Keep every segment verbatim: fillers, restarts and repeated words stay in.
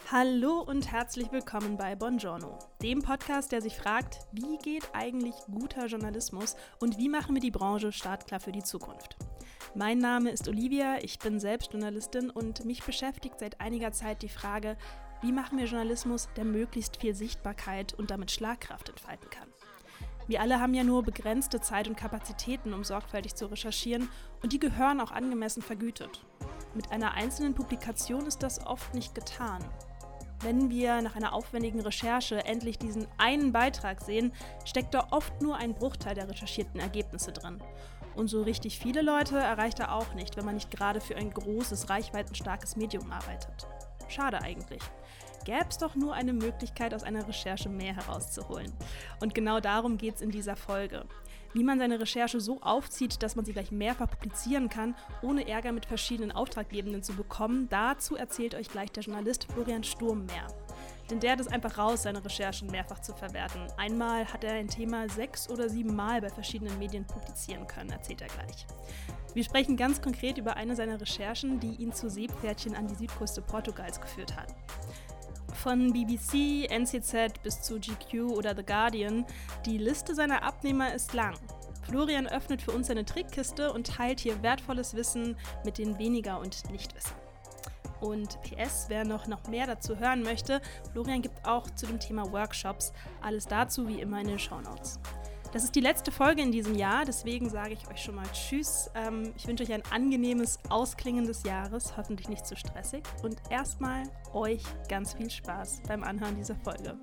Hallo und herzlich willkommen bei Buongiorno, dem Podcast, der sich fragt, wie geht eigentlich guter Journalismus und wie machen wir die Branche startklar für die Zukunft. Mein Name ist Olivia, ich bin selbst Journalistin und mich beschäftigt seit einiger Zeit die Frage, wie machen wir Journalismus, der möglichst viel Sichtbarkeit und damit Schlagkraft entfalten kann. Wir alle haben ja nur begrenzte Zeit und Kapazitäten, um sorgfältig zu recherchieren, und die gehören auch angemessen vergütet. Mit einer einzelnen Publikation ist das oft nicht getan. Wenn wir nach einer aufwendigen Recherche endlich diesen einen Beitrag sehen, steckt da oft nur ein Bruchteil der recherchierten Ergebnisse drin. Und so richtig viele Leute erreicht er auch nicht, wenn man nicht gerade für ein großes, reichweitenstarkes Medium arbeitet. Schade eigentlich. Gäbe es doch nur eine Möglichkeit, aus einer Recherche mehr herauszuholen. Und genau darum geht es in dieser Folge. Wie man seine Recherche so aufzieht, dass man sie gleich mehrfach publizieren kann, ohne Ärger mit verschiedenen Auftraggebenden zu bekommen, dazu erzählt euch gleich der Journalist Florian Sturm mehr. Denn der hat es einfach raus, seine Recherchen mehrfach zu verwerten. Einmal hat er ein Thema sechs oder sieben Mal bei verschiedenen Medien publizieren können, erzählt er gleich. Wir sprechen ganz konkret über eine seiner Recherchen, die ihn zu Seepferdchen an die Südküste Portugals geführt hat. Von B B C, N Z Z bis zu G Q oder The Guardian, die Liste seiner Abnehmer ist lang. Florian öffnet für uns seine Trickkiste und teilt hier wertvolles Wissen mit den Weniger- und Nichtwissern. Und P S, wer noch, noch mehr dazu hören möchte, Florian gibt auch zu dem Thema Workshops. Alles dazu wie immer in den Shownotes. Das ist die letzte Folge in diesem Jahr, deswegen sage ich euch schon mal Tschüss. Ähm, ich wünsche euch ein angenehmes Ausklingen des Jahres, hoffentlich nicht zu stressig. Und erstmal euch ganz viel Spaß beim Anhören dieser Folge.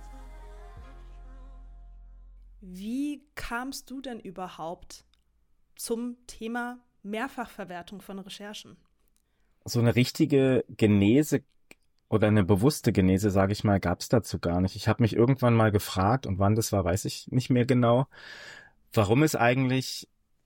Wie kamst du denn überhaupt zum Thema Mehrfachverwertung von Recherchen? So eine richtige Genese oder eine bewusste Genese, sage ich mal, gab es dazu gar nicht. Ich habe mich irgendwann mal gefragt, und wann das war, weiß ich nicht mehr genau, warum es eigentlich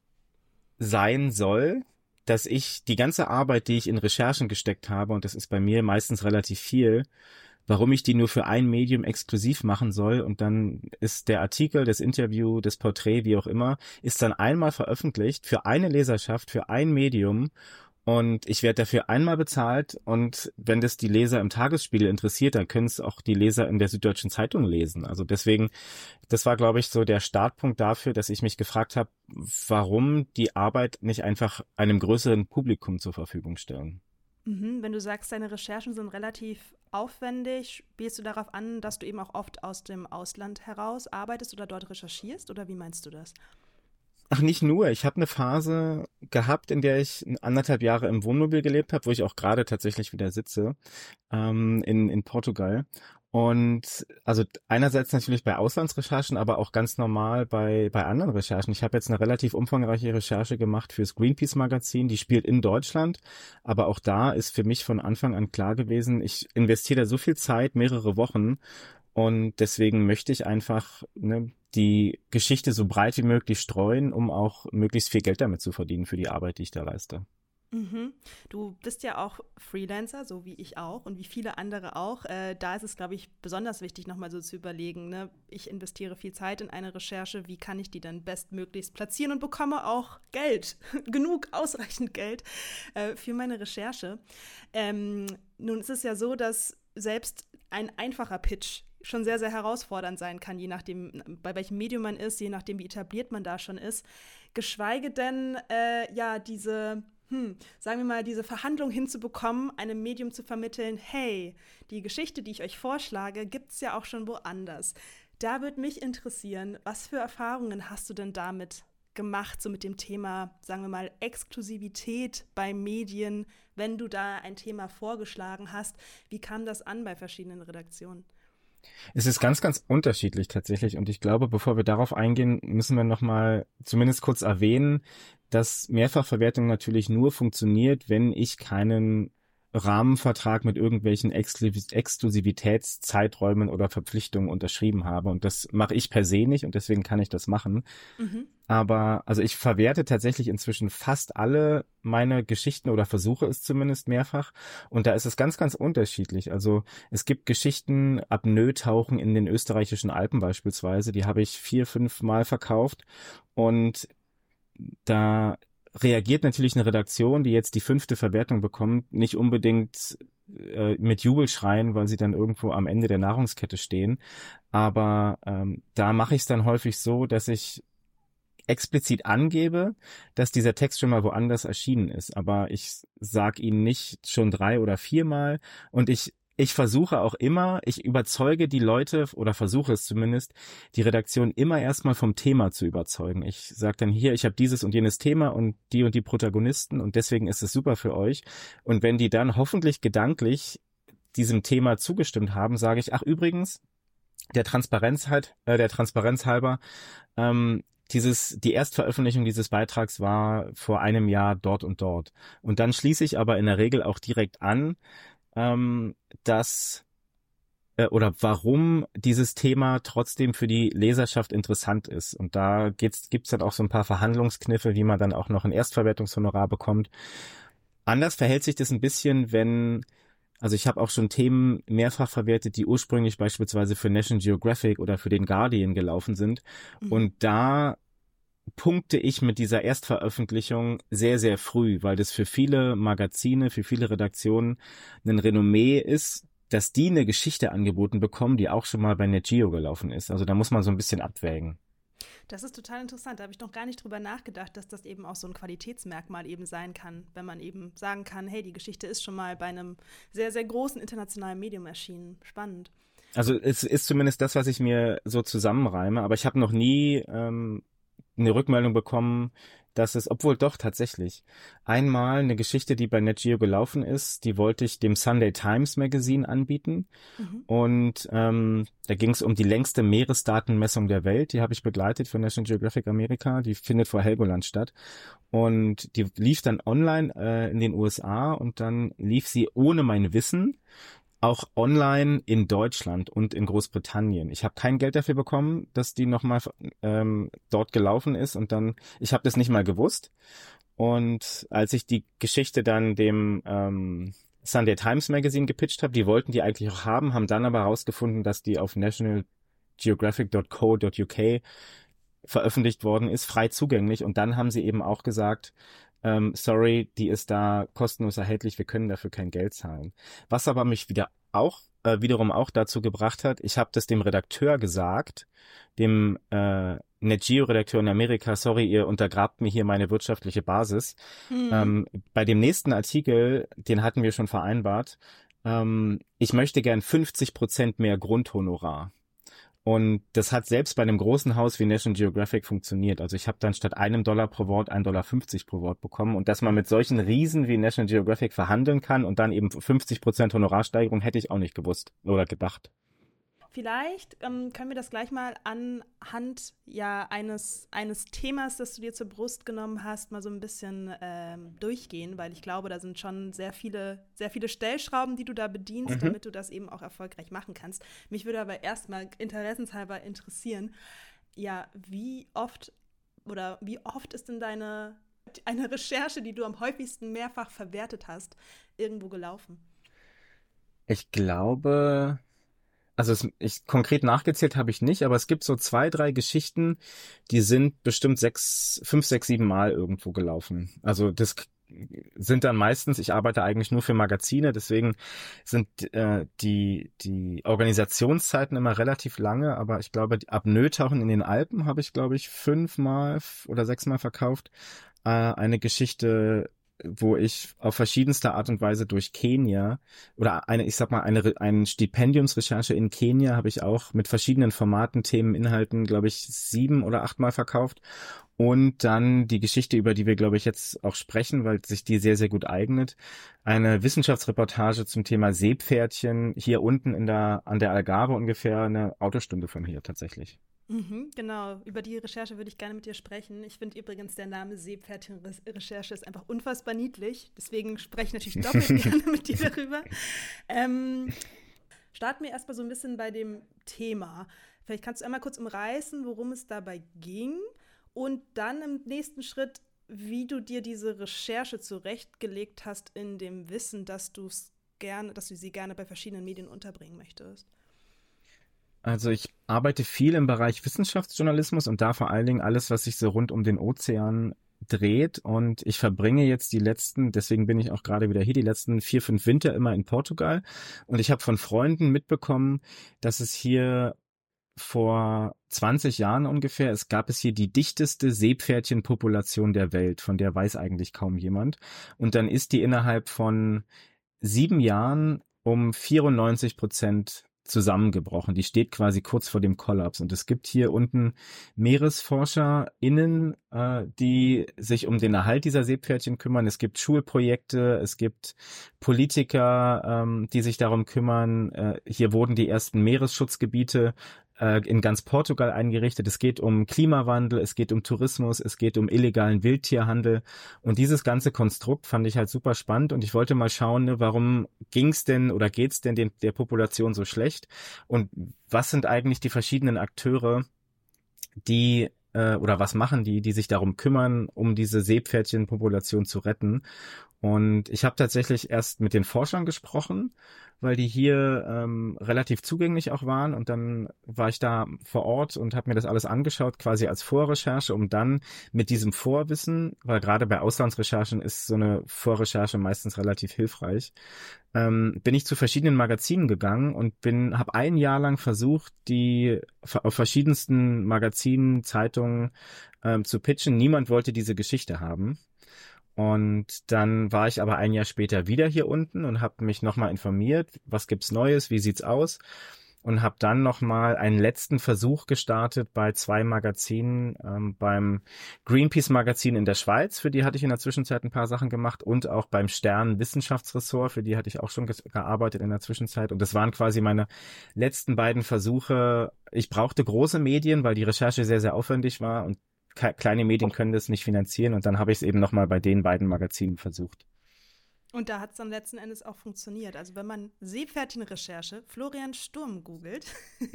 sein soll, dass ich die ganze Arbeit, die ich in Recherchen gesteckt habe, und das ist bei mir meistens relativ viel, warum ich die nur für ein Medium exklusiv machen soll, und dann ist der Artikel, das Interview, das Porträt, wie auch immer, ist dann einmal veröffentlicht für eine Leserschaft, für ein Medium. Und ich werde dafür einmal bezahlt, und wenn das die Leser im Tagesspiegel interessiert, dann können es auch die Leser in der Süddeutschen Zeitung lesen. Also deswegen, das war, glaube ich, so der Startpunkt dafür, dass ich mich gefragt habe, warum die Arbeit nicht einfach einem größeren Publikum zur Verfügung stellen. Mhm, wenn du sagst, deine Recherchen sind relativ aufwendig, spielst du darauf an, dass du eben auch oft aus dem Ausland heraus arbeitest oder dort recherchierst, oder wie meinst du das? Ach, nicht nur. Ich habe eine Phase gehabt, in der ich anderthalb Jahre im Wohnmobil gelebt habe, wo ich auch gerade tatsächlich wieder sitze, ähm, in, in Portugal. Und also einerseits natürlich bei Auslandsrecherchen, aber auch ganz normal bei bei anderen Recherchen. Ich habe jetzt eine relativ umfangreiche Recherche gemacht fürs Greenpeace-Magazin. Die spielt in Deutschland, aber auch da ist für mich von Anfang an klar gewesen, ich investiere da so viel Zeit, mehrere Wochen, und deswegen möchte ich einfach ne, die Geschichte so breit wie möglich streuen, um auch möglichst viel Geld damit zu verdienen für die Arbeit, die ich da leiste. Mhm. Du bist ja auch Freelancer, so wie ich auch und wie viele andere auch. Äh, da ist es, glaube ich, besonders wichtig, nochmal so zu überlegen, ne? Ich investiere viel Zeit in eine Recherche, wie kann ich die dann bestmöglichst platzieren und bekomme auch Geld, genug, ausreichend Geld äh, für meine Recherche. Ähm, nun ist es ja so, dass selbst ein einfacher Pitch schon sehr, sehr herausfordernd sein kann, je nachdem, bei welchem Medium man ist, je nachdem, wie etabliert man da schon ist. Geschweige denn, äh, ja, diese, hm, sagen wir mal, diese Verhandlung hinzubekommen, einem Medium zu vermitteln, hey, die Geschichte, die ich euch vorschlage, gibt es ja auch schon woanders. Da würde mich interessieren, was für Erfahrungen hast du denn damit gemacht, so mit dem Thema, sagen wir mal, Exklusivität bei Medien, wenn du da ein Thema vorgeschlagen hast? Wie kam das an bei verschiedenen Redaktionen? Es ist ganz, ganz unterschiedlich tatsächlich, und ich glaube, bevor wir darauf eingehen, müssen wir nochmal zumindest kurz erwähnen, dass Mehrfachverwertung natürlich nur funktioniert, wenn ich keinen Rahmenvertrag mit irgendwelchen Exklusiv- Exklusivitätszeiträumen oder Verpflichtungen unterschrieben habe, und das mache ich per se nicht, und deswegen kann ich das machen. Mhm. Aber also ich verwerte tatsächlich inzwischen fast alle meine Geschichten oder versuche es zumindest mehrfach, und da ist es ganz, ganz unterschiedlich. Also es gibt Geschichten, Apnoe-Tauchen in den österreichischen Alpen beispielsweise, die habe ich vier, fünf Mal verkauft, und da reagiert natürlich eine Redaktion, die jetzt die fünfte Verwertung bekommt, nicht unbedingt äh, mit Jubel schreien, weil sie dann irgendwo am Ende der Nahrungskette stehen. Aber ähm, da mache ich es dann häufig so, dass ich explizit angebe, dass dieser Text schon mal woanders erschienen ist. Aber ich sage ihn nicht schon drei oder viermal. Und ich Ich versuche auch immer, ich überzeuge die Leute oder versuche es zumindest, die Redaktion immer erstmal vom Thema zu überzeugen. Ich sage dann hier, ich habe dieses und jenes Thema und die und die Protagonisten und deswegen ist es super für euch. Und wenn die dann hoffentlich gedanklich diesem Thema zugestimmt haben, sage ich, ach übrigens, der Transparenz halt, äh, der Transparenz halber, ähm, dieses, die Erstveröffentlichung dieses Beitrags war vor einem Jahr dort und dort. Und dann schließe ich aber in der Regel auch direkt an, ähm, dass äh, oder warum dieses Thema trotzdem für die Leserschaft interessant ist. Und da geht's, gibt's dann auch so ein paar Verhandlungskniffe, wie man dann auch noch ein Erstverwertungshonorar bekommt. Anders verhält sich das ein bisschen, wenn, also ich habe auch schon Themen mehrfach verwertet, die ursprünglich beispielsweise für National Geographic oder für den Guardian gelaufen sind. Mhm. Und da punkte ich mit dieser Erstveröffentlichung sehr, sehr früh, weil das für viele Magazine, für viele Redaktionen ein Renommee ist, dass die eine Geschichte angeboten bekommen, die auch schon mal bei Nat Geo gelaufen ist. Also da muss man so ein bisschen abwägen. Das ist total interessant. Da habe ich noch gar nicht drüber nachgedacht, dass das eben auch so ein Qualitätsmerkmal eben sein kann, wenn man eben sagen kann, hey, die Geschichte ist schon mal bei einem sehr, sehr großen internationalen Medium erschienen. Spannend. Also es ist zumindest das, was ich mir so zusammenreime, aber ich habe noch nie ähm, eine Rückmeldung bekommen, dass es, obwohl doch tatsächlich, einmal eine Geschichte, die bei Nat Geo gelaufen ist, die wollte ich dem Sunday Times Magazine anbieten. Mhm. Und ähm, da ging es um die längste Meeresdatenmessung der Welt. Die habe ich begleitet für National Geographic Amerika. Die findet vor Helgoland statt. Und die lief dann online äh, in den U S A und dann lief sie ohne mein Wissen auch online in Deutschland und in Großbritannien. Ich habe kein Geld dafür bekommen, dass die nochmal ähm, dort gelaufen ist und dann, ich habe das nicht mal gewusst. Und als ich die Geschichte dann dem ähm, Sunday Times Magazine gepitcht habe, die wollten die eigentlich auch haben, haben dann aber herausgefunden, dass die auf national geographic dot co dot u k veröffentlicht worden ist, frei zugänglich. Und dann haben sie eben auch gesagt, ähm, sorry, die ist da kostenlos erhältlich, wir können dafür kein Geld zahlen. Was aber mich wieder auch äh, wiederum auch dazu gebracht hat, ich habe das dem Redakteur gesagt, dem äh, Nat Geo-Redakteur in Amerika, sorry, ihr untergrabt mir hier meine wirtschaftliche Basis. Hm. Ähm, bei dem nächsten Artikel, den hatten wir schon vereinbart, ähm, ich möchte gern fünfzig Prozent mehr Grundhonorar. Und das hat selbst bei einem großen Haus wie National Geographic funktioniert. Also ich habe dann statt einem Dollar pro Wort ein Dollar fünfzig pro Wort bekommen. Und dass man mit solchen Riesen wie National Geographic verhandeln kann und dann eben fünfzig Prozent Honorarsteigerung, hätte ich auch nicht gewusst oder gedacht. Vielleicht ähm, können wir das gleich mal anhand ja, eines, eines Themas, das du dir zur Brust genommen hast, mal so ein bisschen ähm, durchgehen, weil ich glaube, da sind schon sehr viele, sehr viele Stellschrauben, die du da bedienst, mhm. damit du das eben auch erfolgreich machen kannst. Mich würde aber erstmal interessenshalber interessieren, ja, wie oft oder wie oft ist denn deine eine Recherche, die du am häufigsten mehrfach verwertet hast, irgendwo gelaufen? Ich glaube... Also es, ich konkret nachgezählt habe ich nicht, aber es gibt so zwei, drei Geschichten, die sind bestimmt sechs, fünf, sechs, sieben Mal irgendwo gelaufen. Also das sind dann meistens, ich arbeite eigentlich nur für Magazine, deswegen sind äh, die die Organisationszeiten immer relativ lange, aber ich glaube, ab Nötauchen in den Alpen habe ich, glaube ich, fünfmal oder sechsmal verkauft. Äh, eine Geschichte, wo ich auf verschiedenste Art und Weise durch Kenia oder eine, ich sag mal, eine, eine Stipendiumsrecherche in Kenia habe ich auch mit verschiedenen Formaten, Themen, Inhalten, glaube ich, sieben oder achtmal verkauft. Und dann die Geschichte, über die wir, glaube ich, jetzt auch sprechen, weil sich die sehr, sehr gut eignet. Eine Wissenschaftsreportage zum Thema Seepferdchen hier unten in der, an der Algarve, ungefähr eine Autostunde von hier tatsächlich. Mhm, genau, über die Recherche würde ich gerne mit dir sprechen. Ich finde übrigens, der Name Seepferdchen-Recherche ist einfach unfassbar niedlich. Deswegen spreche ich natürlich doppelt gerne mit dir darüber. Ähm, starten wir erstmal so ein bisschen bei dem Thema. Vielleicht kannst du einmal kurz umreißen, worum es dabei ging und dann im nächsten Schritt, wie du dir diese Recherche zurechtgelegt hast in dem Wissen, dass du es gerne, dass du sie gerne bei verschiedenen Medien unterbringen möchtest. Also ich arbeite viel im Bereich Wissenschaftsjournalismus und da vor allen Dingen alles, was sich so rund um den Ozean dreht und ich verbringe jetzt die letzten, deswegen bin ich auch gerade wieder hier, die letzten vier, fünf Winter immer in Portugal und ich habe von Freunden mitbekommen, dass es hier vor zwanzig Jahren ungefähr, es gab es hier die dichteste Seepferdchenpopulation der Welt, von der weiß eigentlich kaum jemand. Und dann ist die innerhalb von sieben Jahren um vierundneunzig Prozent zusammengebrochen. Die steht quasi kurz vor dem Kollaps. Und es gibt hier unten MeeresforscherInnen, äh, die sich um den Erhalt dieser Seepferdchen kümmern. Es gibt Schulprojekte, es gibt Politiker, ähm, die sich darum kümmern. Äh, hier wurden die ersten Meeresschutzgebiete in ganz Portugal eingerichtet. Es geht um Klimawandel, es geht um Tourismus, es geht um illegalen Wildtierhandel und dieses ganze Konstrukt fand ich halt super spannend und ich wollte mal schauen, ne, warum ging's denn oder geht's denn den, der Population so schlecht und was sind eigentlich die verschiedenen Akteure, die äh, oder was machen die, die sich darum kümmern, um diese Seepferdchenpopulation zu retten. Und ich habe tatsächlich erst mit den Forschern gesprochen, weil die hier ähm, relativ zugänglich auch waren und dann war ich da vor Ort und habe mir das alles angeschaut, quasi als Vorrecherche, um dann mit diesem Vorwissen, weil gerade bei Auslandsrecherchen ist so eine Vorrecherche meistens relativ hilfreich, ähm, bin ich zu verschiedenen Magazinen gegangen und bin, habe ein Jahr lang versucht, die auf verschiedensten Magazinen, Zeitungen ähm, zu pitchen. Niemand wollte diese Geschichte haben. Und dann war ich aber ein Jahr später wieder hier unten und habe mich nochmal informiert, was gibt's Neues, wie sieht's aus und habe dann nochmal einen letzten Versuch gestartet bei zwei Magazinen, ähm, beim Greenpeace-Magazin in der Schweiz, für die hatte ich in der Zwischenzeit ein paar Sachen gemacht und auch beim Stern Wissenschaftsressort, für die hatte ich auch schon ge- gearbeitet in der Zwischenzeit und das waren quasi meine letzten beiden Versuche. Ich brauchte große Medien, weil die Recherche sehr, sehr aufwendig war und kleine Medien können das nicht finanzieren und dann habe ich es eben nochmal bei den beiden Magazinen versucht. Und da hat es dann letzten Endes auch funktioniert. Also wenn man Seepferdchenrecherche Florian Sturm googelt,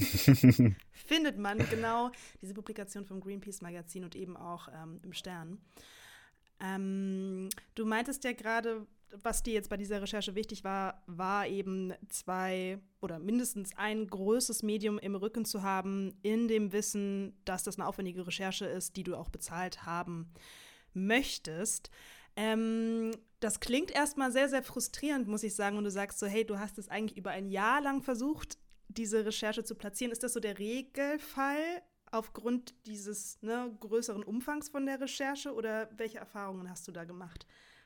findet man genau diese Publikation vom Greenpeace-Magazin und eben auch ähm, im Stern. Ähm, du meintest ja gerade, was dir jetzt bei dieser Recherche wichtig war, war eben zwei oder mindestens ein größeres Medium im Rücken zu haben, in dem Wissen, dass das eine aufwendige Recherche ist, die du auch bezahlt haben möchtest. Ähm, das klingt erstmal sehr, sehr frustrierend, muss ich sagen. Und du sagst so, hey, du hast es eigentlich über ein Jahr lang versucht, diese Recherche zu platzieren. Ist das so der Regelfall aufgrund dieses ne, größeren Umfangs von der Recherche oder welche Erfahrungen hast du da gemacht?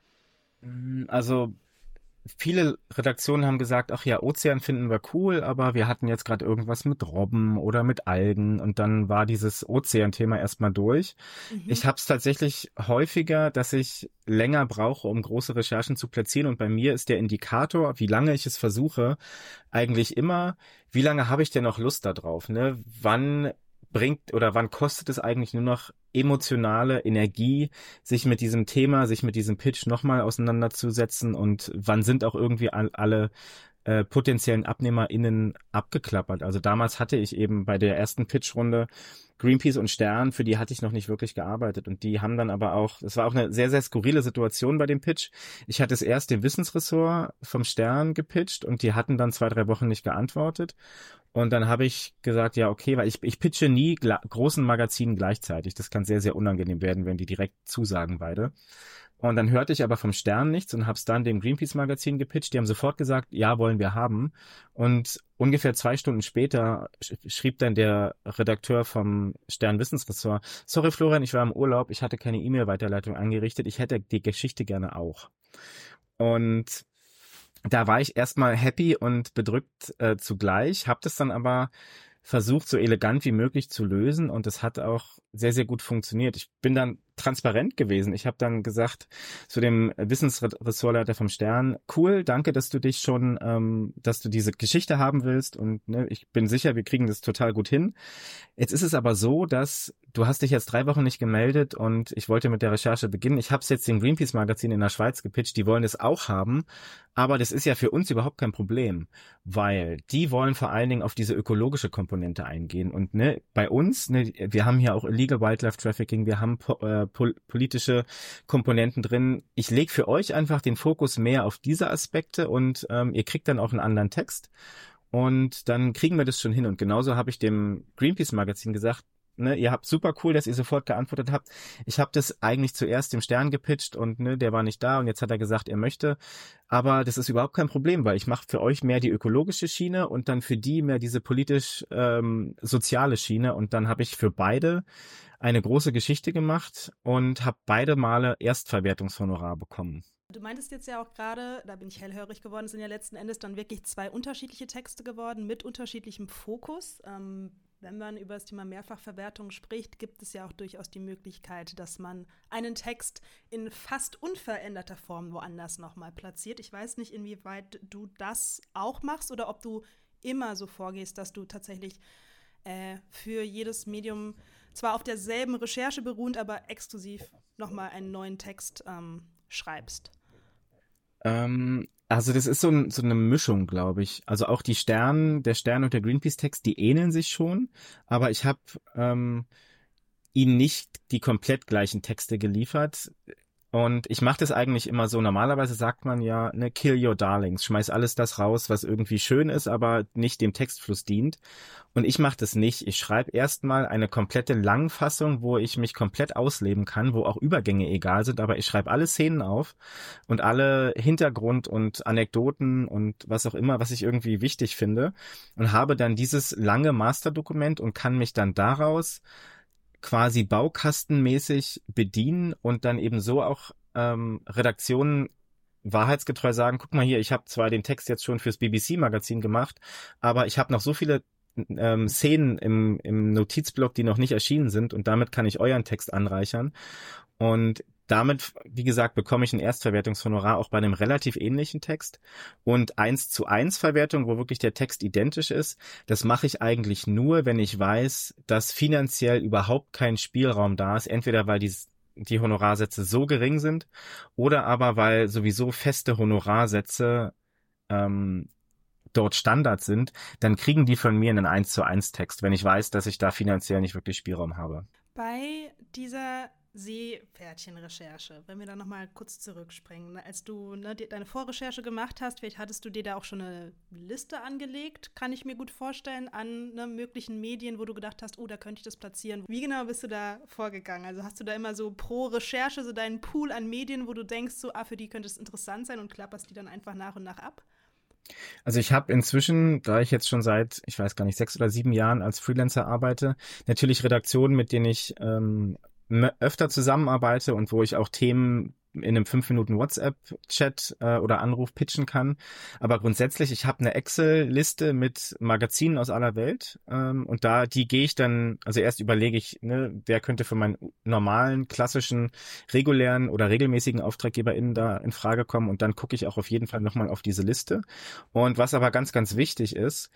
Also viele Redaktionen haben gesagt, ach ja, Ozean finden wir cool, aber wir hatten jetzt gerade irgendwas mit Robben oder mit Algen und dann war dieses Ozean-Thema erstmal durch. Mhm. Ich habe es tatsächlich häufiger, dass ich länger brauche, um große Recherchen zu platzieren und bei mir ist der Indikator, wie lange ich es versuche, eigentlich immer, wie lange habe ich denn noch Lust da drauf, ne? Wann bringt oder wann kostet es eigentlich nur noch emotionale Energie, sich mit diesem Thema, sich mit diesem Pitch nochmal auseinanderzusetzen und wann sind auch irgendwie all, alle äh, potenziellen AbnehmerInnen abgeklappert. Also damals hatte ich eben bei der ersten Pitchrunde Greenpeace und Stern, für die hatte ich noch nicht wirklich gearbeitet und die haben dann aber auch, es war auch eine sehr, sehr skurrile Situation bei dem Pitch. Ich hatte es erst dem Wissensressort vom Stern gepitcht und die hatten dann zwei, drei Wochen nicht geantwortet. Und dann habe ich gesagt, ja, okay, weil ich, ich pitche nie gla- großen Magazinen gleichzeitig. Das kann sehr, sehr unangenehm werden, wenn die direkt zusagen beide. Und dann hörte ich aber vom Stern nichts und habe es dann dem Greenpeace-Magazin gepitcht. Die haben sofort gesagt, ja, wollen wir haben. Und ungefähr zwei Stunden später sch- schrieb dann der Redakteur vom Stern Wissensressort, sorry Florian, ich war im Urlaub, ich hatte keine E-Mail-Weiterleitung eingerichtet, ich hätte die Geschichte gerne auch. Und da war ich erstmal happy und bedrückt äh, zugleich, habe das dann aber versucht, so elegant wie möglich zu lösen und es hat auch sehr, sehr gut funktioniert. Ich bin dann transparent gewesen. Ich habe dann gesagt zu dem Wissensressortleiter vom Stern, cool, danke, dass du dich schon, ähm, dass du diese Geschichte haben willst und ne, ich bin sicher, wir kriegen das total gut hin. Jetzt ist es aber so, dass du hast dich jetzt drei Wochen nicht gemeldet und ich wollte mit der Recherche beginnen. Ich habe es jetzt dem Greenpeace-Magazin in der Schweiz gepitcht, die wollen es auch haben, aber das ist ja für uns überhaupt kein Problem, weil die wollen vor allen Dingen auf diese ökologische Komponente eingehen und ne, bei uns, ne, wir haben hier auch Illegal Wildlife Trafficking, wir haben po- äh, pol- politische Komponenten drin. Ich lege für euch einfach den Fokus mehr auf diese Aspekte und ähm, ihr kriegt dann auch einen anderen Text und dann kriegen wir das schon hin und genauso habe ich dem Greenpeace-Magazin gesagt, ne, ihr habt super cool, dass ihr sofort geantwortet habt. Ich habe das eigentlich zuerst dem Stern gepitcht und ne, der war nicht da und jetzt hat er gesagt, er möchte. Aber das ist überhaupt kein Problem, weil ich mache für euch mehr die ökologische Schiene und dann für die mehr diese politisch-soziale ähm, Schiene. Und dann habe ich für beide eine große Geschichte gemacht und habe beide Male Erstverwertungshonorar bekommen. Du meintest jetzt ja auch gerade, da bin ich hellhörig geworden, es sind ja letzten Endes dann wirklich zwei unterschiedliche Texte geworden mit unterschiedlichem Fokus. Ähm, wenn man über das Thema Mehrfachverwertung spricht, gibt es ja auch durchaus die Möglichkeit, dass man einen Text in fast unveränderter Form woanders nochmal platziert. Ich weiß nicht, inwieweit du das auch machst oder ob du immer so vorgehst, dass du tatsächlich äh, für jedes Medium zwar auf derselben Recherche beruhend, aber exklusiv nochmal einen neuen Text ähm, schreibst. Ähm, also das ist so, ein, so eine Mischung, glaube ich. Also auch die Stern, der Stern und der Greenpeace-Text, die ähneln sich schon, aber ich habe ähm, ihnen nicht die komplett gleichen Texte geliefert. Und ich mache das eigentlich immer so. Normalerweise sagt man ja, ne, kill your darlings, schmeiß alles das raus, was irgendwie schön ist, aber nicht dem Textfluss dient. Und ich mache das nicht. Ich schreibe erstmal eine komplette Langfassung, wo ich mich komplett ausleben kann, wo auch Übergänge egal sind, aber ich schreibe alle Szenen auf und alle Hintergrund und Anekdoten und was auch immer, was ich irgendwie wichtig finde und habe dann dieses lange Masterdokument und kann mich dann daraus quasi baukastenmäßig bedienen und dann eben so auch ähm, Redaktionen wahrheitsgetreu sagen, guck mal hier, ich habe zwar den Text jetzt schon fürs B B C-Magazin gemacht, aber ich habe noch so viele ähm, Szenen im, im Notizblock, die noch nicht erschienen sind und damit kann ich euren Text anreichern. Und damit, wie gesagt, bekomme ich ein Erstverwertungshonorar auch bei einem relativ ähnlichen Text. Und eins zu eins Verwertung, wo wirklich der Text identisch ist, das mache ich eigentlich nur, wenn ich weiß, dass finanziell überhaupt kein Spielraum da ist. Entweder weil die, die Honorarsätze so gering sind oder aber weil sowieso feste Honorarsätze ähm, dort Standard sind, dann kriegen die von mir einen eins zu eins Text, wenn ich weiß, dass ich da finanziell nicht wirklich Spielraum habe. Bei dieser Seepferdchen-Recherche, wenn wir da nochmal kurz zurückspringen, als du ne, die, deine Vorrecherche gemacht hast, vielleicht hattest du dir da auch schon eine Liste angelegt, kann ich mir gut vorstellen, an ne, möglichen Medien, wo du gedacht hast, oh, da könnte ich das platzieren. Wie genau bist du da vorgegangen? Also hast du da immer so pro Recherche so deinen Pool an Medien, wo du denkst, so, ah, für die könnte es interessant sein und klapperst die dann einfach nach und nach ab? Also ich habe inzwischen, da ich jetzt schon seit, ich weiß gar nicht, sechs oder sieben Jahren als Freelancer arbeite, natürlich Redaktionen, mit denen ich ähm, öfter zusammenarbeite und wo ich auch Themen in einem fünf Minuten WhatsApp-Chat äh, oder Anruf pitchen kann. Aber grundsätzlich, ich habe eine Excel-Liste mit Magazinen aus aller Welt ähm, und da, die gehe ich dann, also erst überlege ich, ne, wer könnte für meinen normalen, klassischen, regulären oder regelmäßigen AuftraggeberInnen da in Frage kommen und dann gucke ich auch auf jeden Fall nochmal auf diese Liste. Und was aber ganz, ganz wichtig ist,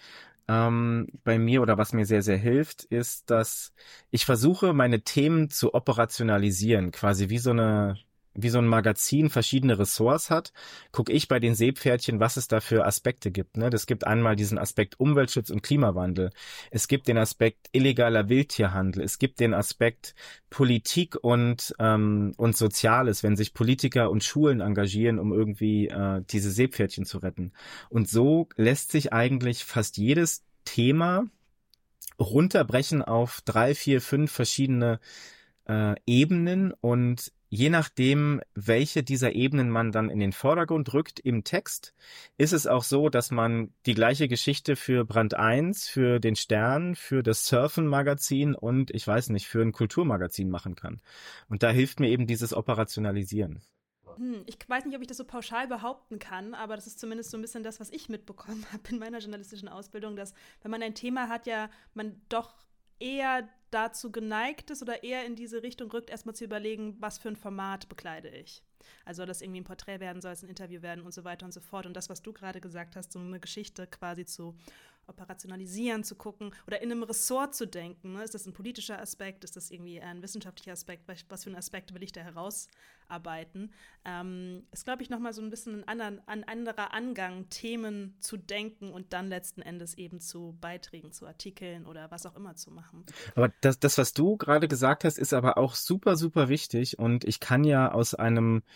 ähm, bei mir oder was mir sehr, sehr hilft, ist, dass ich versuche, meine Themen zu operationalisieren, quasi wie so eine wie so ein Magazin verschiedene Ressorts hat, gucke ich bei den Seepferdchen, was es da für Aspekte gibt. Ne? Das gibt einmal diesen Aspekt Umweltschutz und Klimawandel. Es gibt den Aspekt illegaler Wildtierhandel. Es gibt den Aspekt Politik und ähm, und Soziales, wenn sich Politiker und Schulen engagieren, um irgendwie äh, diese Seepferdchen zu retten. Und so lässt sich eigentlich fast jedes Thema runterbrechen auf drei, vier, fünf verschiedene äh, Ebenen und je nachdem, welche dieser Ebenen man dann in den Vordergrund rückt im Text, ist es auch so, dass man die gleiche Geschichte für Brand eins, für den Stern, für das Surfen-Magazin und ich weiß nicht, für ein Kulturmagazin machen kann. Und da hilft mir eben dieses Operationalisieren. Hm, ich weiß nicht, ob ich das so pauschal behaupten kann, aber das ist zumindest so ein bisschen das, was ich mitbekommen habe in meiner journalistischen Ausbildung, dass wenn man ein Thema hat, ja man doch eher dazu geneigt ist oder eher in diese Richtung rückt, erstmal zu überlegen, was für ein Format bekleide ich. Also soll das irgendwie ein Porträt werden, soll es ein Interview werden und so weiter und so fort. Und das, was du gerade gesagt hast, so eine Geschichte quasi zu operationalisieren, zu gucken oder in einem Ressort zu denken. Ne? Ist das ein politischer Aspekt? Ist das irgendwie ein wissenschaftlicher Aspekt? Was für einen Aspekt will ich da herausarbeiten? Ähm, ist, glaube ich, nochmal so ein bisschen ein, anderen, ein anderer Angang, Themen zu denken und dann letzten Endes eben zu Beiträgen, zu Artikeln oder was auch immer zu machen. Aber das, das was du gerade gesagt hast, ist aber auch super, super wichtig. Und ich kann ja aus einem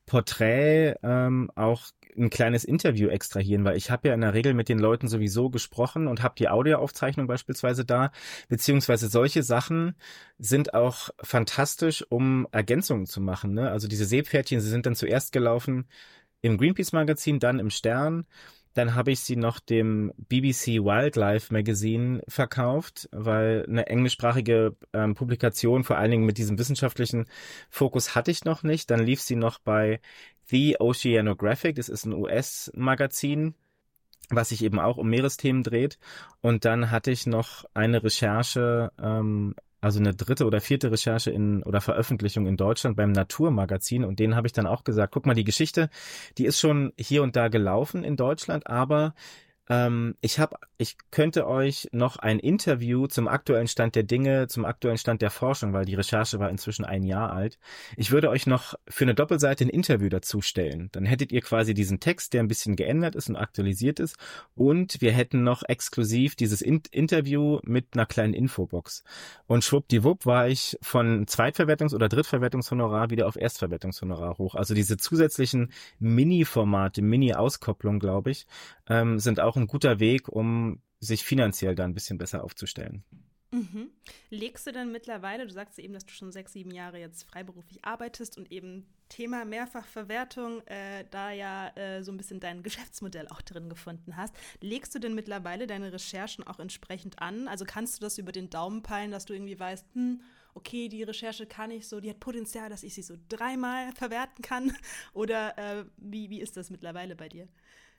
Porträt ähm, auch ein kleines Interview extrahieren, weil ich habe ja in der Regel mit den Leuten sowieso gesprochen und habe die Audioaufzeichnung beispielsweise da, beziehungsweise solche Sachen sind auch fantastisch, um Ergänzungen zu machen. Ne? Also diese Seepferdchen, sie sind dann zuerst gelaufen im Greenpeace-Magazin, dann im Stern. Dann habe ich sie noch dem B B C Wildlife Magazine verkauft, weil eine englischsprachige ähm, Publikation, vor allen Dingen mit diesem wissenschaftlichen Fokus, hatte ich noch nicht. Dann lief sie noch bei The Oceanographic, das ist ein U S-Magazin, was sich eben auch um Meeresthemen dreht. Und dann hatte ich noch eine Recherche, ähm, also eine dritte oder vierte Recherche in oder Veröffentlichung in Deutschland beim Naturmagazin, und denen habe ich dann auch gesagt, guck mal, die Geschichte, die ist schon hier und da gelaufen in Deutschland, aber ähm, ich habe, ich könnte euch noch ein Interview zum aktuellen Stand der Dinge, zum aktuellen Stand der Forschung, weil die Recherche war inzwischen ein Jahr alt. Ich würde euch noch für eine Doppelseite ein Interview dazu stellen. Dann hättet ihr quasi diesen Text, der ein bisschen geändert ist und aktualisiert ist, und wir hätten noch exklusiv dieses In- Interview mit einer kleinen Infobox. Und schwuppdiwupp war ich von Zweitverwertungs- oder Drittverwertungshonorar wieder auf Erstverwertungshonorar hoch. Also diese zusätzlichen Mini-Formate, Mini-Auskopplung, glaube ich, ähm, sind auch ein guter Weg, um sich finanziell da ein bisschen besser aufzustellen. Mhm. Legst du denn mittlerweile, du sagst eben, dass du schon sechs, sieben Jahre jetzt freiberuflich arbeitest und eben Thema Mehrfachverwertung, äh, da ja äh, so ein bisschen dein Geschäftsmodell auch drin gefunden hast, legst du denn mittlerweile deine Recherchen auch entsprechend an? Also kannst du das über den Daumen peilen, dass du irgendwie weißt, hm, okay, die Recherche kann ich so, die hat Potenzial, dass ich sie so dreimal verwerten kann? Oder äh, wie, wie ist das mittlerweile bei dir?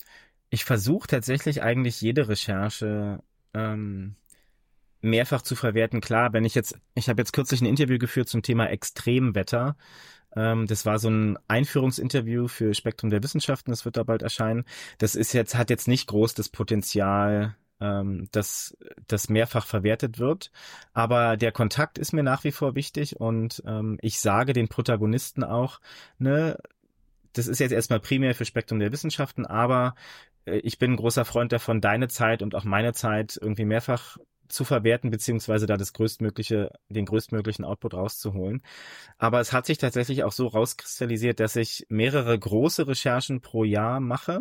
Ich versuche tatsächlich eigentlich jede Recherche ähm, mehrfach zu verwerten. Klar, wenn ich jetzt, ich habe jetzt kürzlich ein Interview geführt zum Thema Extremwetter. Ähm, das war so ein Einführungsinterview für Spektrum der Wissenschaften, das wird da bald erscheinen. Das ist jetzt, hat jetzt nicht groß das Potenzial, ähm, dass das mehrfach verwertet wird. Aber der Kontakt ist mir nach wie vor wichtig, und ähm, ich sage den Protagonisten auch, ne, das ist jetzt erstmal primär für Spektrum der Wissenschaften, aber äh, ich bin ein großer Freund davon, deine Zeit und auch meine Zeit irgendwie mehrfach zu verwerten, beziehungsweise da das größtmögliche, den größtmöglichen Output rauszuholen. Aber es hat sich tatsächlich auch so rauskristallisiert, dass ich mehrere große Recherchen pro Jahr mache.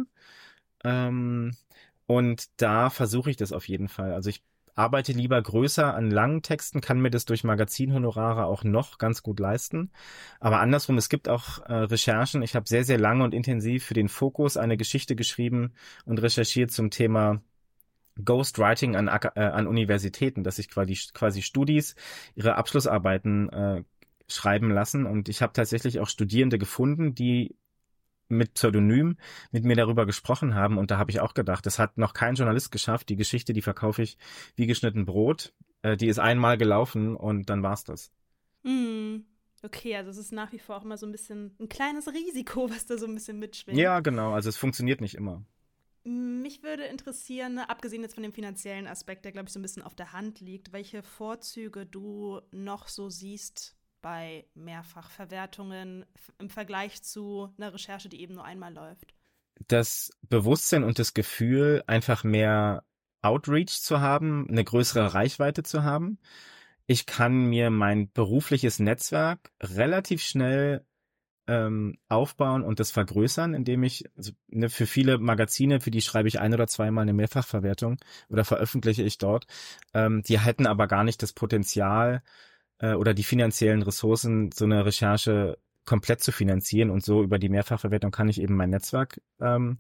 Ähm, und da versuche ich das auf jeden Fall. Also ich arbeite lieber größer an langen Texten, kann mir das durch Magazinhonorare auch noch ganz gut leisten. Aber andersrum, es gibt auch äh, Recherchen. Ich habe sehr, sehr lange und intensiv für den Fokus eine Geschichte geschrieben und recherchiert zum Thema Ghostwriting an, äh, an Universitäten, dass sich quasi, quasi Studis ihre Abschlussarbeiten äh, schreiben lassen. Und ich habe tatsächlich auch Studierende gefunden, die mit Pseudonym mit mir darüber gesprochen haben, und da habe ich auch gedacht, das hat noch kein Journalist geschafft. Die Geschichte, die verkaufe ich wie geschnitten Brot. Äh, die ist einmal gelaufen und dann war's das. Mm, okay, also es ist nach wie vor auch immer so ein bisschen ein kleines Risiko, was da so ein bisschen mitschwingt. Ja, genau. Also es funktioniert nicht immer. Mich würde interessieren, ne, abgesehen jetzt von dem finanziellen Aspekt, der, glaube ich, so ein bisschen auf der Hand liegt, welche Vorzüge du noch so siehst bei Mehrfachverwertungen f- im Vergleich zu einer Recherche, die eben nur einmal läuft. Das Bewusstsein und das Gefühl, einfach mehr Outreach zu haben, eine größere Reichweite zu haben. Ich kann mir mein berufliches Netzwerk relativ schnell ähm, aufbauen und das vergrößern, indem ich, also, ne, für viele Magazine, für die schreibe ich ein oder zweimal eine Mehrfachverwertung oder veröffentliche ich dort, ähm, die hätten aber gar nicht das Potenzial äh, oder die finanziellen Ressourcen, so eine Recherche komplett zu finanzieren, und so über die Mehrfachverwertung kann ich eben mein Netzwerk ähm,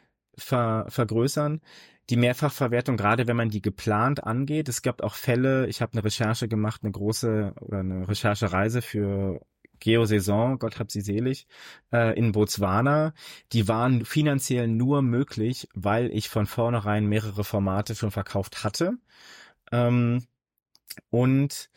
ver vergrößern. Die Mehrfachverwertung, gerade wenn man die geplant angeht, es gab auch Fälle, ich habe eine Recherche gemacht, eine große oder eine Recherchereise für Geosaison, Gott hab sie selig, äh, in Botswana. Die waren finanziell nur möglich, weil ich von vornherein mehrere Formate schon verkauft hatte. Ähm, und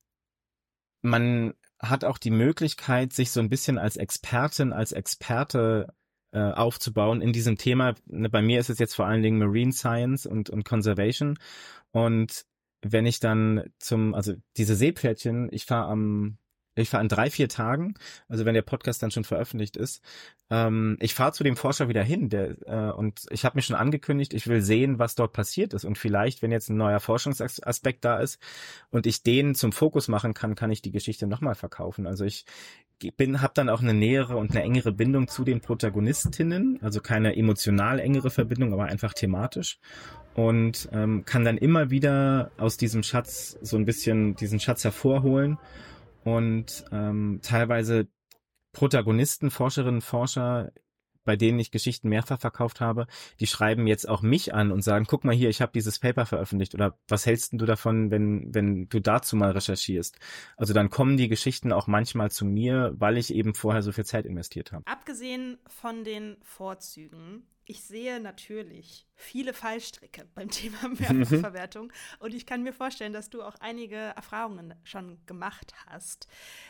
man hat auch die Möglichkeit, sich so ein bisschen als Expertin, als Experte äh, aufzubauen in diesem Thema. Ne, bei mir ist es jetzt vor allen Dingen Marine Science und, und Conservation. Und wenn ich dann zum, also diese Seepferdchen, ich fahre am Ich fahre in drei, vier Tagen, also wenn der Podcast dann schon veröffentlicht ist, ähm, ich fahre zu dem Forscher wieder hin, der, äh, und ich habe mir schon angekündigt, ich will sehen, was dort passiert ist, und vielleicht, wenn jetzt ein neuer Forschungsaspekt da ist und ich den zum Fokus machen kann, kann ich die Geschichte nochmal verkaufen. Also ich bin, habe dann auch eine nähere und eine engere Bindung zu den Protagonistinnen, also keine emotional engere Verbindung, aber einfach thematisch und ähm, kann dann immer wieder aus diesem Schatz so ein bisschen diesen Schatz hervorholen und ähm, teilweise Protagonisten, Forscherinnen, Forscher, bei denen ich Geschichten mehrfach verkauft habe, die schreiben jetzt auch mich an und sagen, guck mal hier, ich habe dieses Paper veröffentlicht oder was hältst denn du davon, wenn wenn du dazu mal recherchierst? Also dann kommen die Geschichten auch manchmal zu mir, weil ich eben vorher so viel Zeit investiert habe. Abgesehen von den Vorzügen, ich sehe natürlich viele Fallstricke beim Thema Mehrfachverwertung und ich kann mir vorstellen, dass du auch einige Erfahrungen schon gemacht hast.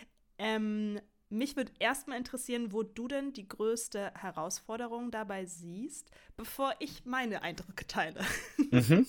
Ähm, Mich würde erstmal interessieren, wo du denn die größte Herausforderung dabei siehst, bevor ich meine Eindrücke teile. Mhm.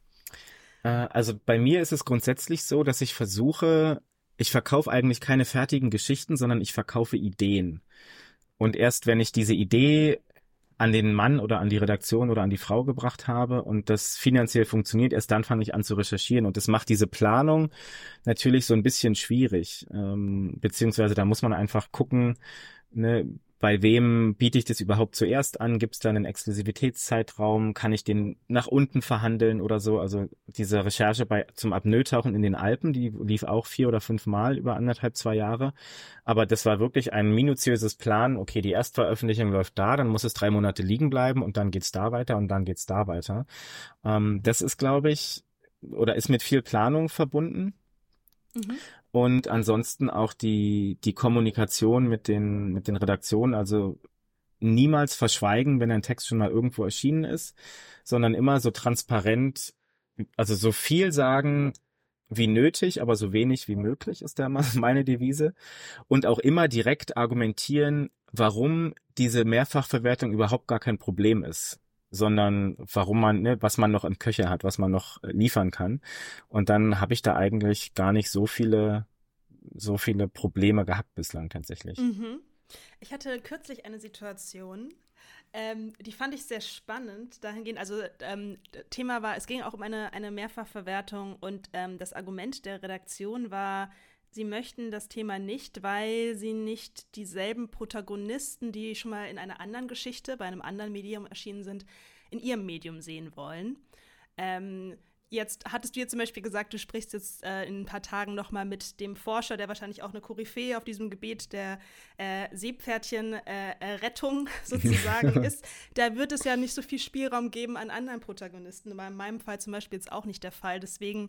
Äh, also bei mir ist es grundsätzlich so, dass ich versuche, ich verkaufe eigentlich keine fertigen Geschichten, sondern ich verkaufe Ideen. Und erst wenn ich diese Idee an den Mann oder an die Redaktion oder an die Frau gebracht habe und das finanziell funktioniert, erst dann fange ich an zu recherchieren. Und das macht diese Planung natürlich so ein bisschen schwierig. Ähm, beziehungsweise da muss man einfach gucken, ne, bei wem biete ich das überhaupt zuerst an? Gibt es da einen Exklusivitätszeitraum? Kann ich den nach unten verhandeln oder so? Also diese Recherche bei zum Apnoe-Tauchen in den Alpen, die lief auch vier oder fünf Mal über anderthalb, zwei Jahre. Aber das war wirklich ein minutiöses Plan. Okay, die Erstveröffentlichung läuft da, dann muss es drei Monate liegen bleiben und dann geht's da weiter und dann geht's da weiter. Ähm, das ist, glaube ich, oder ist mit viel Planung verbunden. Mhm. Und ansonsten auch die die Kommunikation mit den mit den Redaktionen, also niemals verschweigen, wenn ein Text schon mal irgendwo erschienen ist, sondern immer so transparent, also so viel sagen wie nötig, aber so wenig wie möglich ist da mal meine Devise. Und auch immer direkt argumentieren, warum diese Mehrfachverwertung überhaupt gar kein Problem ist, sondern warum man, ne, was man noch im Köcher hat, was man noch liefern kann. Und dann habe ich da eigentlich gar nicht so viele, so viele Probleme gehabt bislang tatsächlich. Mhm. Ich hatte kürzlich eine Situation, ähm, die fand ich sehr spannend dahingehend. Also ähm, Thema war, es ging auch um eine, eine Mehrfachverwertung und ähm, das Argument der Redaktion war, sie möchten das Thema nicht, weil sie nicht dieselben Protagonisten, die schon mal in einer anderen Geschichte, bei einem anderen Medium erschienen sind, in ihrem Medium sehen wollen. Ähm, jetzt hattest du jetzt zum Beispiel gesagt, du sprichst jetzt äh, in ein paar Tagen nochmal mit dem Forscher, der wahrscheinlich auch eine Koryphäe auf diesem Gebiet der äh, Seepferdchen-Rettung äh, sozusagen ist. Da wird es ja nicht so viel Spielraum geben an anderen Protagonisten. Aber in meinem Fall zum Beispiel jetzt auch nicht der Fall. Deswegen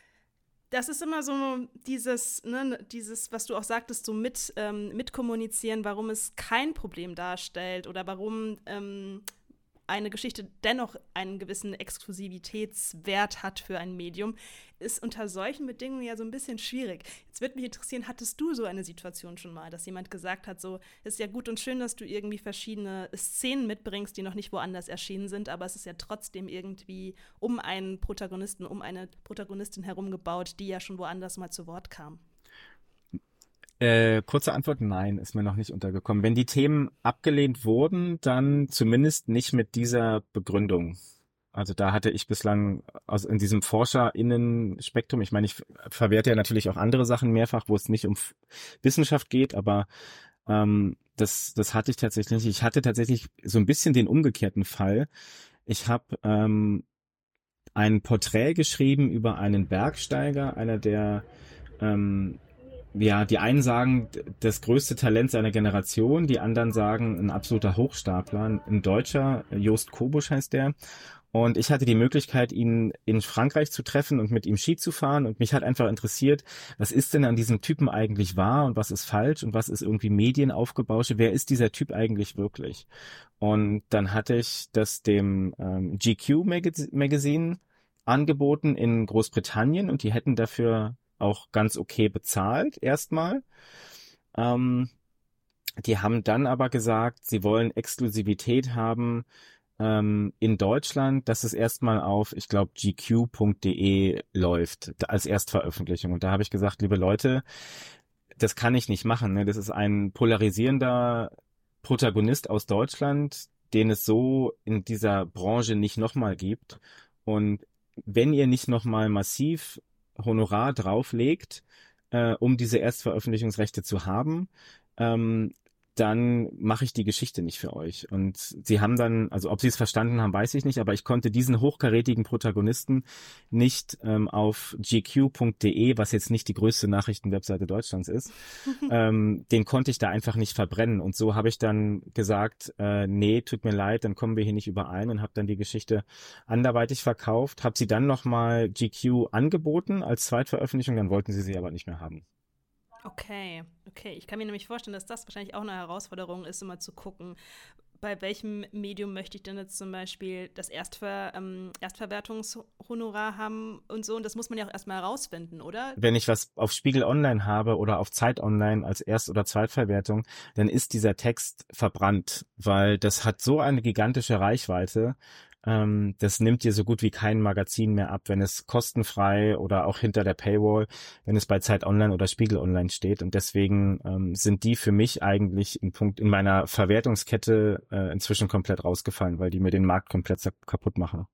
das ist immer so dieses, ne, dieses, was du auch sagtest, so mit, ähm, mitkommunizieren, warum es kein Problem darstellt oder warum ähm, eine Geschichte dennoch einen gewissen Exklusivitätswert hat für ein Medium, ist unter solchen Bedingungen ja so ein bisschen schwierig. Jetzt würde mich interessieren, hattest du so eine Situation schon mal, dass jemand gesagt hat, so, es ist ja gut und schön, dass du irgendwie verschiedene Szenen mitbringst, die noch nicht woanders erschienen sind, aber es ist ja trotzdem irgendwie um einen Protagonisten, um eine Protagonistin herumgebaut, die ja schon woanders mal zu Wort kam. Äh, kurze Antwort, nein, ist mir noch nicht untergekommen. Wenn die Themen abgelehnt wurden, dann zumindest nicht mit dieser Begründung. Also da hatte ich bislang aus in diesem ForscherInnen-Spektrum, ich meine, ich verwerte ja natürlich auch andere Sachen mehrfach, wo es nicht um Wissenschaft geht, aber ähm, das, das hatte ich tatsächlich nicht. Ich hatte tatsächlich so ein bisschen den umgekehrten Fall. Ich habe ähm, ein Porträt geschrieben über einen Bergsteiger, einer der ähm, ja, die einen sagen, das größte Talent seiner Generation, die anderen sagen, ein absoluter Hochstapler, ein Deutscher, Joost Kobusch heißt der. Und ich hatte die Möglichkeit, ihn in Frankreich zu treffen und mit ihm Ski zu fahren. Und mich hat einfach interessiert, was ist denn an diesem Typen eigentlich wahr und was ist falsch und was ist irgendwie Medienaufgebausche? Wer ist dieser Typ eigentlich wirklich? Und dann hatte ich das dem ähm, G Q Magazine angeboten in Großbritannien und die hätten dafür auch ganz okay bezahlt erstmal. Ähm, die haben dann aber gesagt, sie wollen Exklusivität haben ähm, in Deutschland, dass es erstmal auf, ich glaube, g q punkt d e läuft als Erstveröffentlichung. Und da habe ich gesagt, liebe Leute, das kann ich nicht machen. Ne? Das ist ein polarisierender Protagonist aus Deutschland, den es so in dieser Branche nicht nochmal gibt. Und wenn ihr nicht nochmal massiv Honorar drauflegt, äh, um diese Erstveröffentlichungsrechte zu haben, ähm, dann mache ich die Geschichte nicht für euch. Und sie haben dann, also ob sie es verstanden haben, weiß ich nicht, aber ich konnte diesen hochkarätigen Protagonisten nicht ähm, auf g q punkt d e, was jetzt nicht die größte Nachrichtenwebseite Deutschlands ist, ähm, den konnte ich da einfach nicht verbrennen. Und so habe ich dann gesagt, äh, nee, tut mir leid, dann kommen wir hier nicht überein, und habe dann die Geschichte anderweitig verkauft, habe sie dann nochmal G Q angeboten als Zweitveröffentlichung, dann wollten sie sie aber nicht mehr haben. Okay, okay. Ich kann mir nämlich vorstellen, dass das wahrscheinlich auch eine Herausforderung ist, immer zu gucken, bei welchem Medium möchte ich denn jetzt zum Beispiel das Erstver, ähm, Erstverwertungshonorar haben und so. Und das muss man ja auch erstmal herausfinden, oder? Wenn ich was auf Spiegel Online habe oder auf Zeit Online als Erst- oder Zweitverwertung, dann ist dieser Text verbrannt, weil das hat so eine gigantische Reichweite. Ähm, das nimmt dir so gut wie kein Magazin mehr ab, wenn es kostenfrei oder auch hinter der Paywall, wenn es bei Zeit Online oder Spiegel Online steht. Und deswegen ähm, sind die für mich eigentlich in Punkt in meiner Verwertungskette äh, inzwischen komplett rausgefallen, weil die mir den Markt komplett kaputt machen.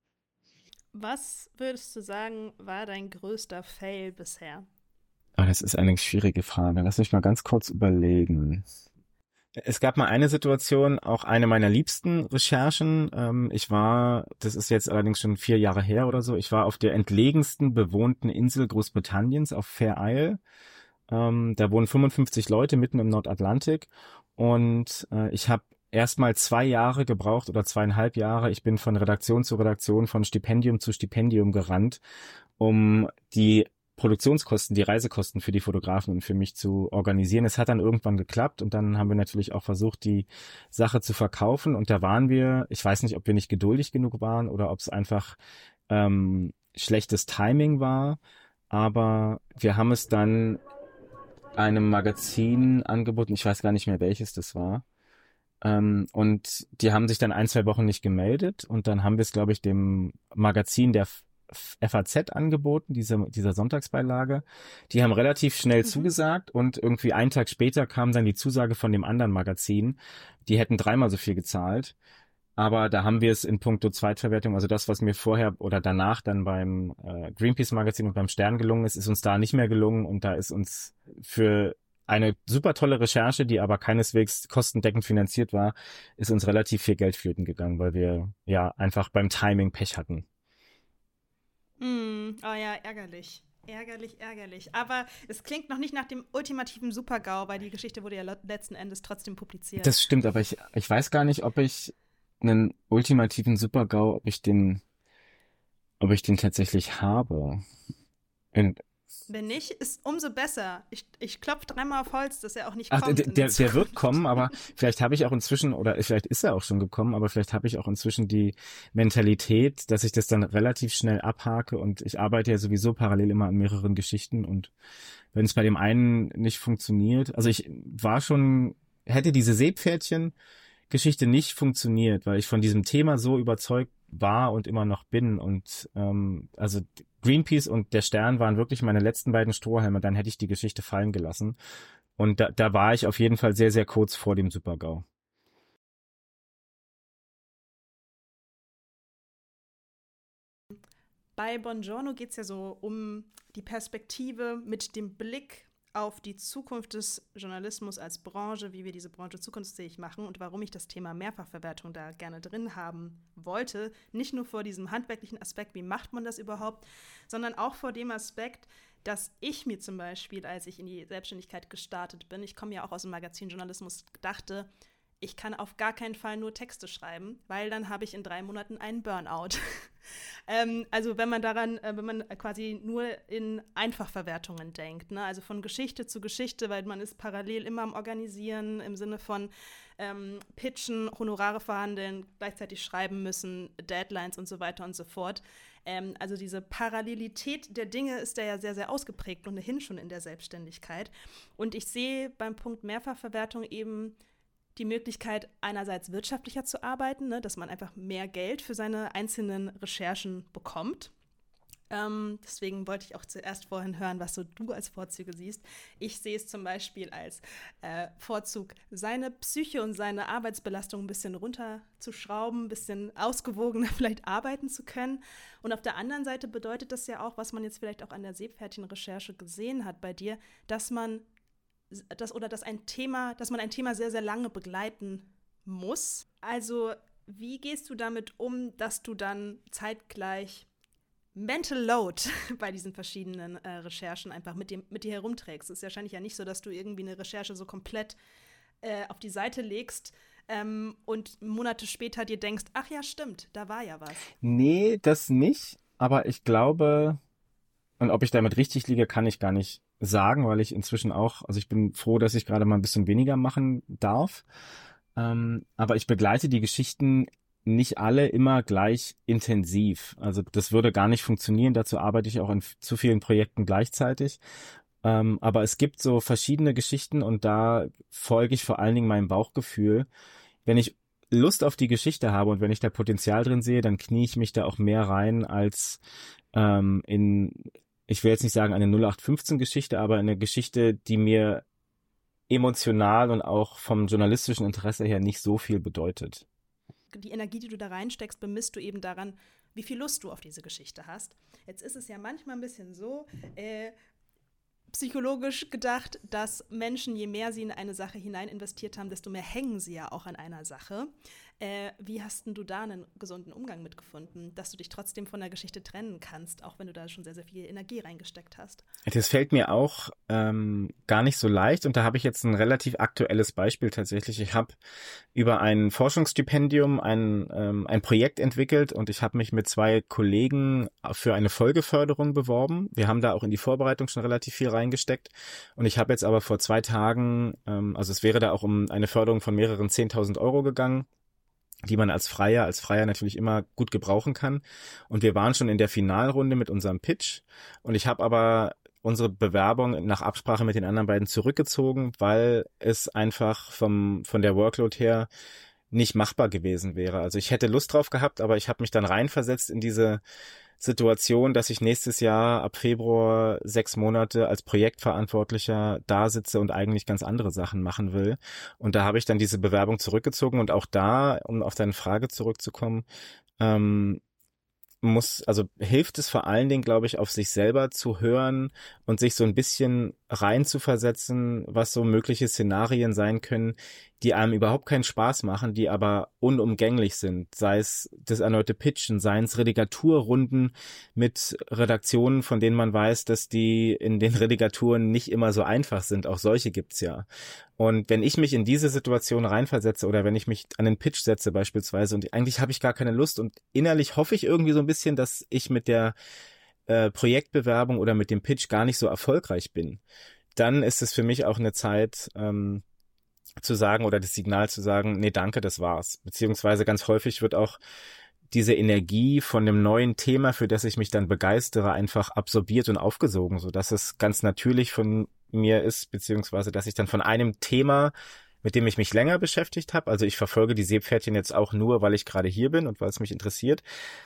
Was würdest du sagen, war dein größter Fail bisher? Oh, das ist eine schwierige Frage. Lass mich mal ganz kurz überlegen. Es gab mal eine Situation, auch eine meiner liebsten Recherchen. Ähm, ich war, das ist jetzt allerdings schon vier Jahre her oder so, ich war auf der entlegensten bewohnten Insel Großbritanniens, auf Fair Isle. Ähm, da wohnen fünfundfünfzig Leute mitten im Nordatlantik, und äh, ich habe erstmal zwei Jahre gebraucht oder zweieinhalb Jahre. Ich bin von Redaktion zu Redaktion, von Stipendium zu Stipendium gerannt, um die Produktionskosten, die Reisekosten für die Fotografen und für mich zu organisieren. Es hat dann irgendwann geklappt, und dann haben wir natürlich auch versucht, die Sache zu verkaufen, und da waren wir, ich weiß nicht, ob wir nicht geduldig genug waren oder ob es einfach ähm, schlechtes Timing war, aber wir haben es dann einem Magazin angeboten, ich weiß gar nicht mehr, welches das war, ähm, und die haben sich dann ein, zwei Wochen nicht gemeldet, und dann haben wir es, glaube ich, dem Magazin der F A Z angeboten, diese, dieser Sonntagsbeilage. Die haben relativ schnell mhm. zugesagt, und irgendwie einen Tag später kam dann die Zusage von dem anderen Magazin. Die hätten dreimal so viel gezahlt. Aber da haben wir es in puncto Zweitverwertung, also das, was mir vorher oder danach dann beim äh, Greenpeace-Magazin und beim Stern gelungen ist, ist uns da nicht mehr gelungen, und da ist uns für eine super tolle Recherche, die aber keineswegs kostendeckend finanziert war, ist uns relativ viel Geld flöten gegangen, weil wir ja einfach beim Timing Pech hatten. Mm, oh ja, ärgerlich. Ärgerlich, ärgerlich. Aber es klingt noch nicht nach dem ultimativen Super-GAU, weil die Geschichte wurde ja letzten Endes trotzdem publiziert. Das stimmt, aber ich, ich weiß gar nicht, ob ich einen ultimativen Super-GAU, ob ich den, ob ich den tatsächlich habe. Und wenn nicht, ist umso besser. Ich, ich klopfe dreimal auf Holz, dass er auch nicht Ach, kommt. Der, der, der wird kommen, aber vielleicht habe ich auch inzwischen, oder vielleicht ist er auch schon gekommen, aber vielleicht habe ich auch inzwischen die Mentalität, dass ich das dann relativ schnell abhake, und ich arbeite ja sowieso parallel immer an mehreren Geschichten, und wenn es bei dem einen nicht funktioniert, also ich war schon, hätte diese Seepferdchen-Geschichte nicht funktioniert, weil ich von diesem Thema so überzeugt war und immer noch bin, und ähm, also Greenpeace und der Stern waren wirklich meine letzten beiden Strohhalme, dann hätte ich die Geschichte fallen gelassen. Und da, da war ich auf jeden Fall sehr, sehr kurz vor dem Super-GAU. Bei Buongiorno geht es ja so um die Perspektive mit dem Blick auf die Zukunft des Journalismus als Branche, wie wir diese Branche zukunftsfähig machen und warum ich das Thema Mehrfachverwertung da gerne drin haben wollte. Nicht nur vor diesem handwerklichen Aspekt, wie macht man das überhaupt, sondern auch vor dem Aspekt, dass ich mir zum Beispiel, als ich in die Selbstständigkeit gestartet bin, ich komme ja auch aus dem Magazinjournalismus, dachte, ich kann auf gar keinen Fall nur Texte schreiben, weil dann habe ich in drei Monaten einen Burnout. ähm, also wenn man daran, äh, wenn man quasi nur in Einfachverwertungen denkt, ne? Also von Geschichte zu Geschichte, weil man ist parallel immer am Organisieren im Sinne von ähm, Pitchen, Honorare verhandeln, gleichzeitig schreiben müssen, Deadlines und so weiter und so fort. Ähm, also diese Parallelität der Dinge ist da ja sehr, sehr ausgeprägt, ohnehin schon in der Selbstständigkeit. Und ich sehe beim Punkt Mehrfachverwertung eben die Möglichkeit, einerseits wirtschaftlicher zu arbeiten, ne, dass man einfach mehr Geld für seine einzelnen Recherchen bekommt. Ähm, deswegen wollte ich auch zuerst vorhin hören, was so du als Vorzüge siehst. Ich sehe es zum Beispiel als äh, Vorzug, seine Psyche und seine Arbeitsbelastung ein bisschen runterzuschrauben, ein bisschen ausgewogener vielleicht arbeiten zu können. Und auf der anderen Seite bedeutet das ja auch, was man jetzt vielleicht auch an der Seepferdchen-Recherche gesehen hat bei dir, dass man dass, oder dass ein Thema, dass man ein Thema sehr, sehr lange begleiten muss. Also wie gehst du damit um, dass du dann zeitgleich Mental Load bei diesen verschiedenen äh, Recherchen einfach mit dir, mit dir herumträgst? Es ist wahrscheinlich ja nicht so, dass du irgendwie eine Recherche so komplett äh, auf die Seite legst ähm, und Monate später dir denkst, ach ja, stimmt, da war ja was. Nee, das nicht. Aber ich glaube, und ob ich damit richtig liege, kann ich gar nicht sagen, weil ich inzwischen auch, also ich bin froh, dass ich gerade mal ein bisschen weniger machen darf. Ähm, aber ich begleite die Geschichten nicht alle immer gleich intensiv. Also das würde gar nicht funktionieren. Dazu arbeite ich auch in zu vielen Projekten gleichzeitig. Ähm, aber es gibt so verschiedene Geschichten und da folge ich vor allen Dingen meinem Bauchgefühl. Wenn ich Lust auf die Geschichte habe und wenn ich da Potenzial drin sehe, dann knie ich mich da auch mehr rein als ähm, in, ich will jetzt nicht sagen eine null acht fünfzehn Geschichte, aber eine Geschichte, die mir emotional und auch vom journalistischen Interesse her nicht so viel bedeutet. Die Energie, die du da reinsteckst, bemisst du eben daran, wie viel Lust du auf diese Geschichte hast. Jetzt ist es ja manchmal ein bisschen so, äh, psychologisch gedacht, dass Menschen, je mehr sie in eine Sache hinein investiert haben, desto mehr hängen sie ja auch an einer Sache. Äh, wie hast denn du da einen gesunden Umgang mitgefunden, dass du dich trotzdem von der Geschichte trennen kannst, auch wenn du da schon sehr, sehr viel Energie reingesteckt hast? Das fällt mir auch ähm, gar nicht so leicht und da habe ich jetzt ein relativ aktuelles Beispiel tatsächlich. Ich habe über ein Forschungsstipendium ein, ähm, ein Projekt entwickelt und ich habe mich mit zwei Kollegen für eine Folgeförderung beworben. Wir haben da auch in die Vorbereitung schon relativ viel reingesteckt und ich habe jetzt aber vor zwei Tagen, ähm, also es wäre da auch um eine Förderung von mehreren zehntausend Euro gegangen, die man als Freier, als Freier natürlich immer gut gebrauchen kann. Und wir waren schon in der Finalrunde mit unserem Pitch. Und ich habe aber unsere Bewerbung nach Absprache mit den anderen beiden zurückgezogen, weil es einfach vom von der Workload her nicht machbar gewesen wäre. Also ich hätte Lust drauf gehabt, aber ich habe mich dann reinversetzt in diese Situation, dass ich nächstes Jahr ab Februar sechs Monate als Projektverantwortlicher da sitze und eigentlich ganz andere Sachen machen will. Und da habe ich dann diese Bewerbung zurückgezogen und auch da, um auf deine Frage zurückzukommen, ähm, muss, also hilft es vor allen Dingen, glaube ich, auf sich selber zu hören und sich so ein bisschen reinzuversetzen, was so mögliche Szenarien sein können, die einem überhaupt keinen Spaß machen, die aber unumgänglich sind. Sei es das erneute Pitchen, seien es Redigaturrunden mit Redaktionen, von denen man weiß, dass die in den Redigaturen nicht immer so einfach sind. Auch solche gibt's ja. Und wenn ich mich in diese Situation reinversetze oder wenn ich mich an den Pitch setze beispielsweise und eigentlich habe ich gar keine Lust und innerlich hoffe ich irgendwie so ein bisschen, dass ich mit der äh, Projektbewerbung oder mit dem Pitch gar nicht so erfolgreich bin, dann ist es für mich auch eine Zeit, ähm, zu sagen oder das Signal zu sagen, nee, danke, das war's. Beziehungsweise ganz häufig wird auch diese Energie von dem neuen Thema, für das ich mich dann begeistere, einfach absorbiert und aufgesogen, sodass es ganz natürlich von mir ist, beziehungsweise dass ich dann von einem Thema, mit dem ich mich länger beschäftigt habe, also ich verfolge die Seepferdchen jetzt auch nur, weil ich gerade hier bin und weil es mich interessiert,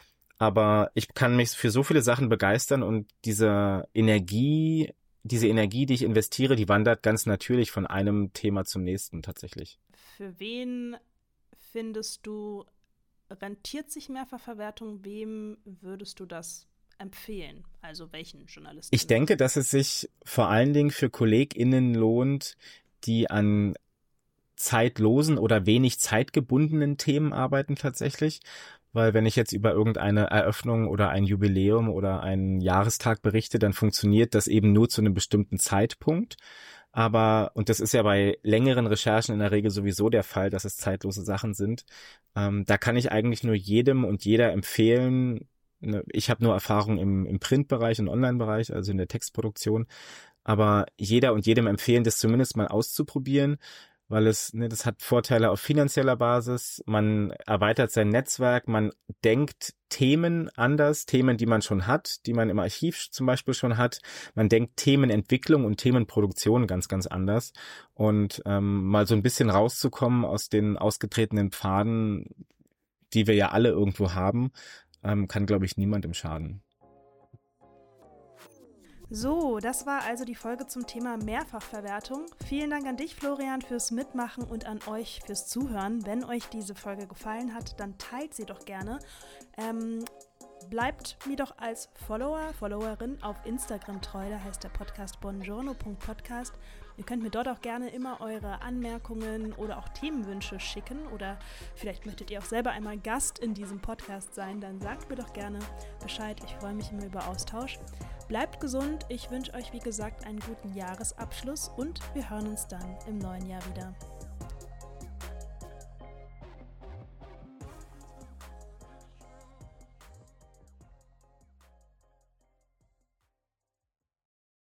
aber ich kann mich für so viele Sachen begeistern und diese Energie, diese Energie, die ich investiere, die wandert ganz natürlich von einem Thema zum nächsten tatsächlich. Für wen findest du, rentiert sich Mehrfachverwertung? Wem würdest du das empfehlen? Also welchen Journalisten? Ich denke, dass es sich vor allen Dingen für KollegInnen lohnt, die an zeitlosen oder wenig zeitgebundenen Themen arbeiten tatsächlich. Weil wenn ich jetzt über irgendeine Eröffnung oder ein Jubiläum oder einen Jahrestag berichte, dann funktioniert das eben nur zu einem bestimmten Zeitpunkt. Aber, und das ist ja bei längeren Recherchen in der Regel sowieso der Fall, dass es zeitlose Sachen sind, ähm, da kann ich eigentlich nur jedem und jeder empfehlen, ne, ich habe nur Erfahrung im, im Printbereich und Online-Bereich, also in der Textproduktion, aber jeder und jedem empfehlen, das zumindest mal auszuprobieren, weil es, ne, das hat Vorteile auf finanzieller Basis, man erweitert sein Netzwerk, man denkt Themen anders, Themen, die man schon hat, die man im Archiv zum Beispiel schon hat, man denkt Themenentwicklung und Themenproduktion ganz, ganz anders und ähm, mal so ein bisschen rauszukommen aus den ausgetretenen Pfaden, die wir ja alle irgendwo haben, ähm, kann, glaube ich, niemandem schaden. So, das war also die Folge zum Thema Mehrfachverwertung. Vielen Dank an dich, Florian, fürs Mitmachen und an euch fürs Zuhören. Wenn euch diese Folge gefallen hat, dann teilt sie doch gerne. Ähm, bleibt mir doch als Follower, Followerin auf Instagram treu, da heißt der Podcast buongiorno punkt podcast. Ihr könnt mir dort auch gerne immer eure Anmerkungen oder auch Themenwünsche schicken oder vielleicht möchtet ihr auch selber einmal Gast in diesem Podcast sein, dann sagt mir doch gerne Bescheid. Ich freue mich immer über Austausch. Bleibt gesund, ich wünsche euch wie gesagt einen guten Jahresabschluss und wir hören uns dann im neuen Jahr wieder.